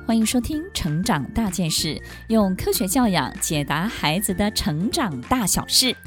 欢迎收听《成长大件事》，用科学教养解答孩子的成长大小事。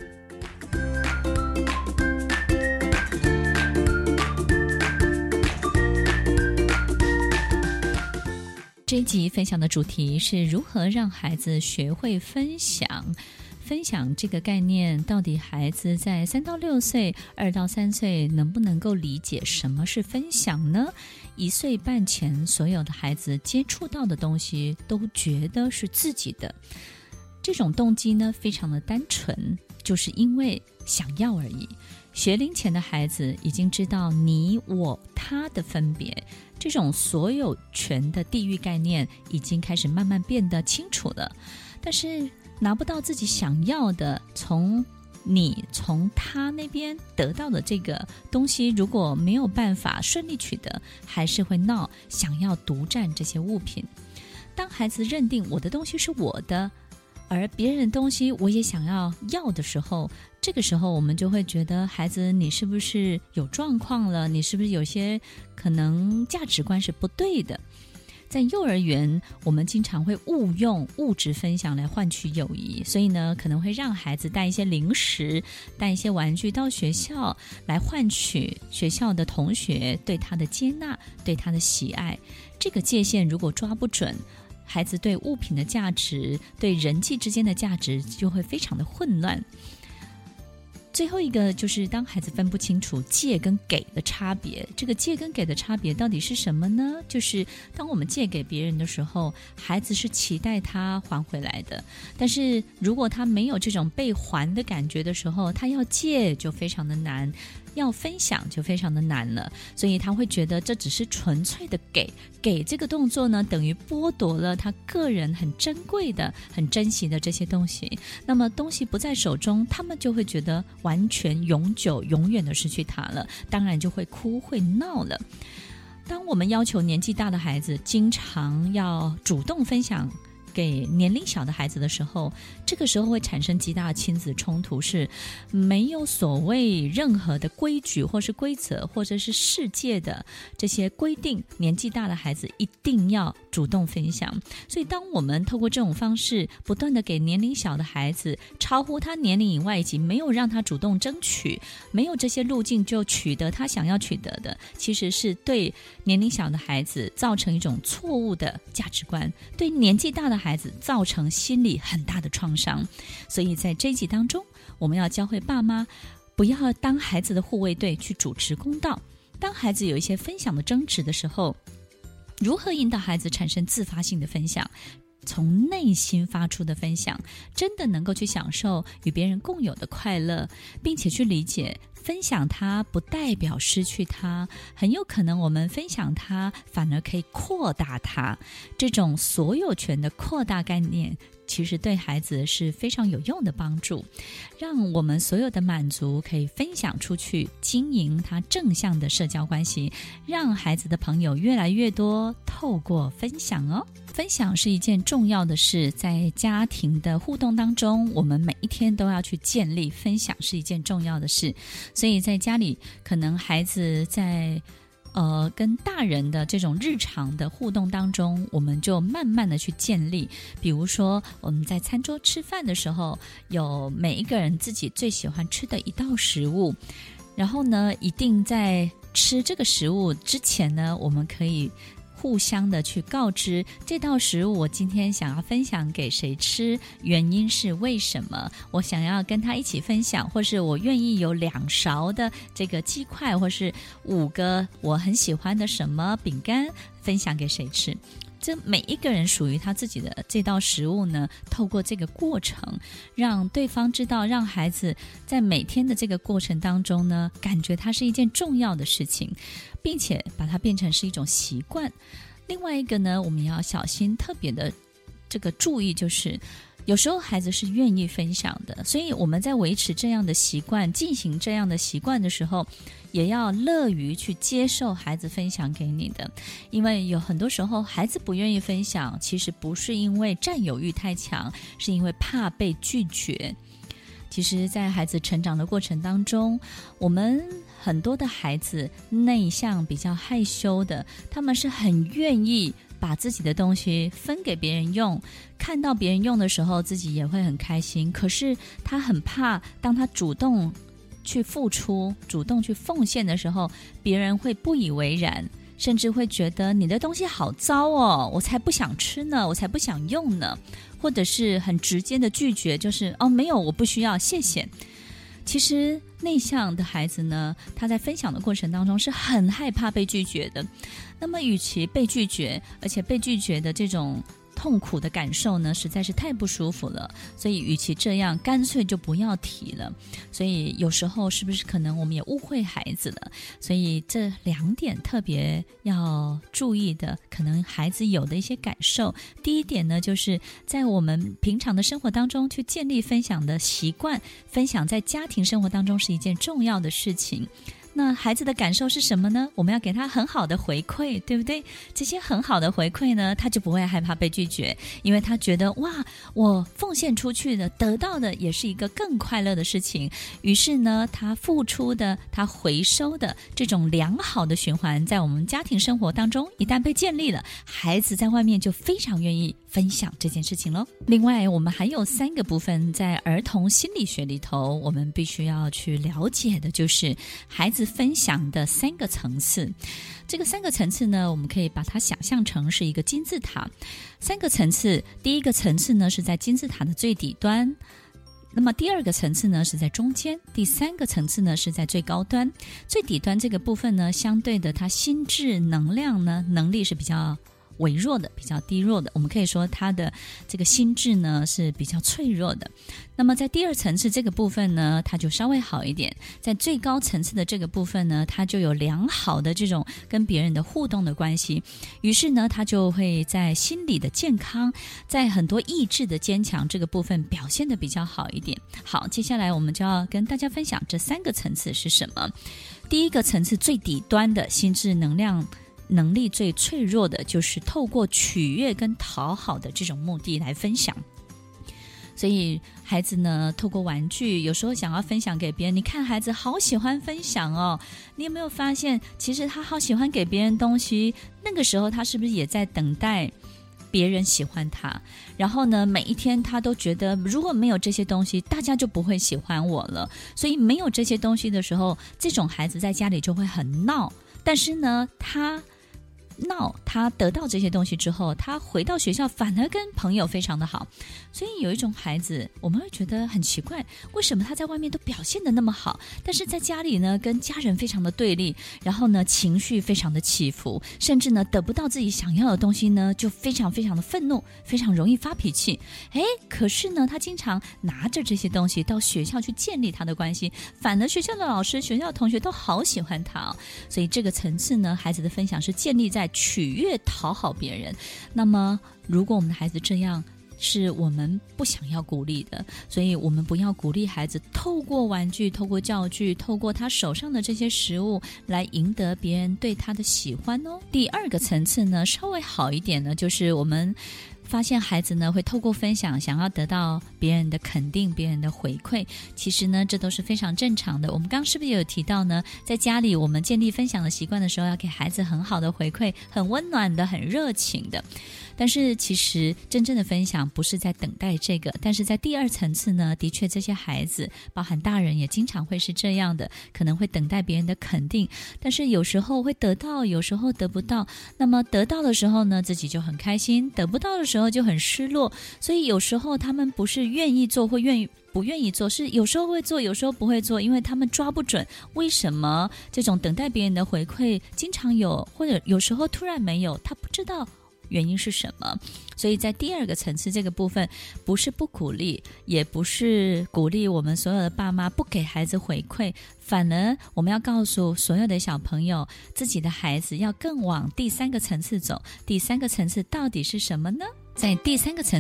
这一集分享的主题是如何让孩子学会分享。分享这个概念，到底孩子在3到6岁、2到3岁能不能够理解什么是分享呢？1岁半前，所有的孩子接触到的东西都觉得是自己的，这种动机呢非常的单纯，就是因为想要而已。学龄前的孩子已经知道你、我、他的分别，这种所有权的地域概念已经开始慢慢变得清楚了，但是拿不到自己想要的，从他那边得到的这个东西，如果没有办法顺利取得，还是会闹，想要独占这些物品。当孩子认定我的东西是我的，而别人的东西我也想要的时候，这个时候我们就会觉得，孩子你是不是有状况了？你是不是有些可能价值观是不对的？在幼儿园，我们经常会误用物质分享来换取友谊，所以呢，可能会让孩子带一些零食、带一些玩具到学校，来换取学校的同学对他的接纳、对他的喜爱。这个界限如果抓不准，孩子对物品的价值、对人际之间的价值就会非常的混乱。最后一个就是当孩子分不清楚借跟给的差别，这个借跟给的差别到底是什么呢？就是当我们借给别人的时候，孩子是期待他还回来的，但是如果他没有这种被还的感觉的时候，他要借就非常的难，要分享就非常的难了，所以他会觉得这只是纯粹的给这个动作呢，等于剥夺了他个人很珍贵的、很珍惜的这些东西。那么东西不在手中，他们就会觉得完全永久、永远的失去它了，当然就会哭会闹了。当我们要求年纪大的孩子经常要主动分享给年龄小的孩子的时候，这个时候会产生极大的亲子冲突，是没有所谓任何的规矩或是规则或者是世界的这些规定，年纪大的孩子一定要主动分享。所以当我们透过这种方式不断的给年龄小的孩子超乎他年龄以外，以及没有让他主动争取，没有这些路径就取得他想要取得的，其实是对年龄小的孩子造成一种错误的价值观，对年纪大的孩子造成心理很大的创伤。所以在这一集当中，我们要教会爸妈不要当孩子的护卫队去主持公道。当孩子有一些分享的争执的时候，如何引导孩子产生自发性的分享，从内心发出的分享，真的能够去享受与别人共有的快乐，并且去理解分享它不代表失去它，很有可能我们分享它反而可以扩大它。这种所有权的扩大概念其实对孩子是非常有用的帮助，让我们所有的满足可以分享出去，经营他正向的社交关系，让孩子的朋友越来越多，透过分享哦。分享是一件重要的事，在家庭的互动当中，我们每一天都要去建立分享是一件重要的事。所以在家里，可能孩子在跟大人的这种日常的互动当中，我们就慢慢的去建立。比如说我们在餐桌吃饭的时候，有每一个人自己最喜欢吃的一道食物，然后呢，一定在吃这个食物之前呢，我们可以互相的去告知这道食物我今天想要分享给谁吃，原因是为什么，我想要跟他一起分享，或是我愿意有2勺的这个鸡块，或是5个我很喜欢的什么饼干分享给谁吃。这每一个人属于他自己的这道食物呢，透过这个过程让对方知道，让孩子在每天的这个过程当中呢，感觉它是一件重要的事情，并且把它变成是一种习惯。另外一个呢，我们要小心特别的这个注意，就是有时候孩子是愿意分享的，所以我们在维持这样的习惯，进行这样的习惯的时候，也要乐于去接受孩子分享给你的。因为有很多时候孩子不愿意分享，其实不是因为占有欲太强，是因为怕被拒绝。其实在孩子成长的过程当中，我们很多的孩子内向比较害羞的，他们是很愿意把自己的东西分给别人用，看到别人用的时候自己也会很开心，可是他很怕当他主动去付出，主动去奉献的时候，别人会不以为然，甚至会觉得你的东西好糟哦，我才不想吃呢，我才不想用呢，或者是很直接的拒绝，就是没有，我不需要，谢谢。其实内向的孩子呢，他在分享的过程当中是很害怕被拒绝的。那么与其被拒绝，而且被拒绝的这种痛苦的感受呢，实在是太不舒服了，所以与其这样，干脆就不要提了。所以有时候是不是可能我们也误会孩子了？所以这2点特别要注意的，可能孩子有的一些感受。第一点呢，就是在我们平常的生活当中去建立分享的习惯，分享在家庭生活当中是一件重要的事情。那孩子的感受是什么呢？我们要给他很好的回馈，对不对？这些很好的回馈呢，他就不会害怕被拒绝，因为他觉得哇，我奉献出去的，得到的也是一个更快乐的事情。于是呢，他付出的，他回收的这种良好的循环，在我们家庭生活当中一旦被建立了，孩子在外面就非常愿意分享这件事情咯。另外，我们还有3个部分在儿童心理学里头，我们必须要去了解的，就是孩子分享的3个层次。这个3个层次呢，我们可以把它想象成是一个金字塔。3个层次，第一个层次呢是在金字塔的最底端，那么第2个层次呢是在中间，第3个层次呢是在最高端。最底端这个部分呢，相对的它心智能量呢，能力是比较微弱的，比较低弱的，我们可以说他的这个心智呢是比较脆弱的。那么在第2层次这个部分呢，它就稍微好一点。在最高层次的这个部分呢，它就有良好的这种跟别人的互动的关系，于是呢，他就会在心理的健康，在很多意志的坚强这个部分表现得比较好一点。好，接下来我们就要跟大家分享这3个层次是什么。第一个层次最底端的心智能力最脆弱的，就是透过取悦跟讨好的这种目的来分享。所以孩子呢，透过玩具有时候想要分享给别人，你看孩子好喜欢分享哦，你有没有发现其实他好喜欢给别人东西，那个时候他是不是也在等待别人喜欢他？然后呢，每一天他都觉得如果没有这些东西，大家就不会喜欢我了。所以没有这些东西的时候，这种孩子在家里就会很闹。但是呢，他得到这些东西之后，他回到学校反而跟朋友非常的好。所以有一种孩子，我们会觉得很奇怪，为什么他在外面都表现得那么好，但是在家里呢，跟家人非常的对立，然后呢，情绪非常的起伏，甚至呢，得不到自己想要的东西呢，就非常非常的愤怒，非常容易发脾气。可是呢，他经常拿着这些东西到学校去建立他的关系，反而学校的老师、学校的同学都好喜欢他哦。所以这个层次呢，孩子的分享是建立在取悦讨好别人。那么如果我们的孩子这样，是我们不想要鼓励的，所以我们不要鼓励孩子透过玩具、透过教具、透过他手上的这些食物来赢得别人对他的喜欢哦。第2个层次呢，稍微好一点呢，就是我们发现孩子呢会透过分享想要得到别人的肯定、别人的回馈。其实呢，这都是非常正常的。我们刚刚是不是也有提到呢，在家里我们建立分享的习惯的时候，要给孩子很好的回馈，很温暖的、很热情的。但是其实真正的分享不是在等待这个，但是在第2层次呢，的确这些孩子包含大人也经常会是这样的，可能会等待别人的肯定，但是有时候会得到，有时候得不到。那么得到的时候呢，自己就很开心，得不到的时候就很失落。所以有时候他们不是愿意做或不愿意做，是有时候会做，有时候不会做，因为他们抓不准为什么这种等待别人的回馈经常有，或者有时候突然没有，他不知道原因是什么。所以在第2个层次这个部分，不是不鼓励，也不是鼓励我们所有的爸妈不给孩子回馈，反而我们要告诉所有的小朋友，自己的孩子要更往第3个层次走。第3个层次到底是什么呢？在第3个层次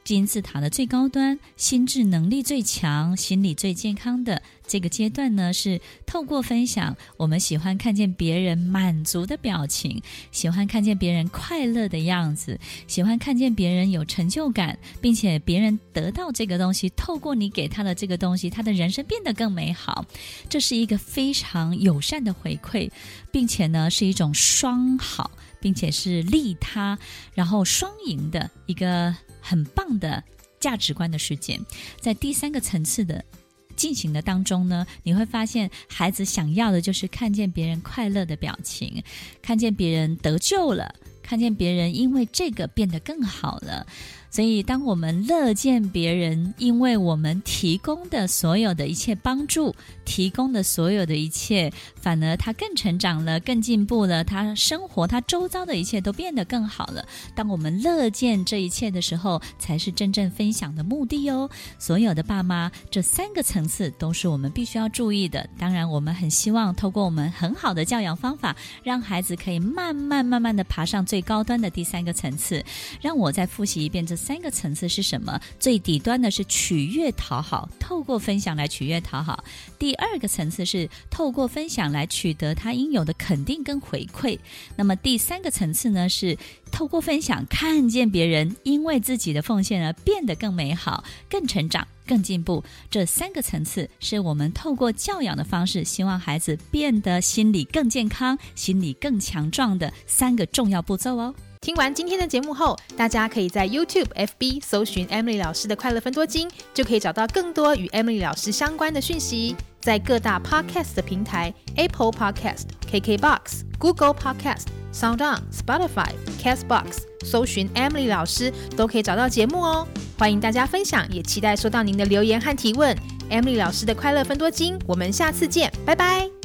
金字塔的最高端，心智能力最强，心理最健康的这个阶段呢，是透过分享，我们喜欢看见别人满足的表情，喜欢看见别人快乐的样子，喜欢看见别人有成就感，并且别人得到这个东西，透过你给他的这个东西，他的人生变得更美好。这是一个非常友善的回馈，并且呢是一种双好，并且是利他，然后双赢的一个很棒的价值观的事件。在第三个层次的进行的当中呢，你会发现孩子想要的就是看见别人快乐的表情，看见别人得救了，看见别人因为这个变得更好了。所以当我们乐见别人因为我们提供的所有的一切帮助，提供的所有的一切，反而他更成长了，更进步了，他生活他周遭的一切都变得更好了。当我们乐见这一切的时候，才是真正分享的目的哦。所有的爸妈，这三个层次都是我们必须要注意的。当然我们很希望透过我们很好的教养方法，让孩子可以慢慢的爬上最高端的第三个层次。让我再复习一遍这三个层次是什么。最底端的是取悦讨好，透过分享来取悦讨好。第二个层次是透过分享来取得他应有的肯定跟回馈。那么第三个层次呢，是透过分享看见别人因为自己的奉献而变得更美好，更成长，更进步。这三个层次是我们透过教养的方式，希望孩子变得心理更健康，心理更强壮的三个重要步骤哦。 听完今天的节目后，大家可以在 YouTube、FB 搜寻 Emily 老师的快乐分多金，就可以找到更多与 Emily 老师相关的讯息。在各大 Podcast 的平台 Apple Podcast、KKBOX、Google Podcast、SoundOn、Spotify、Castbox 搜寻 Emily 老师都可以找到节目哦。欢迎大家分享，也期待收到您的留言和提问。Emily 老师的快乐分多金，我们下次见，拜拜。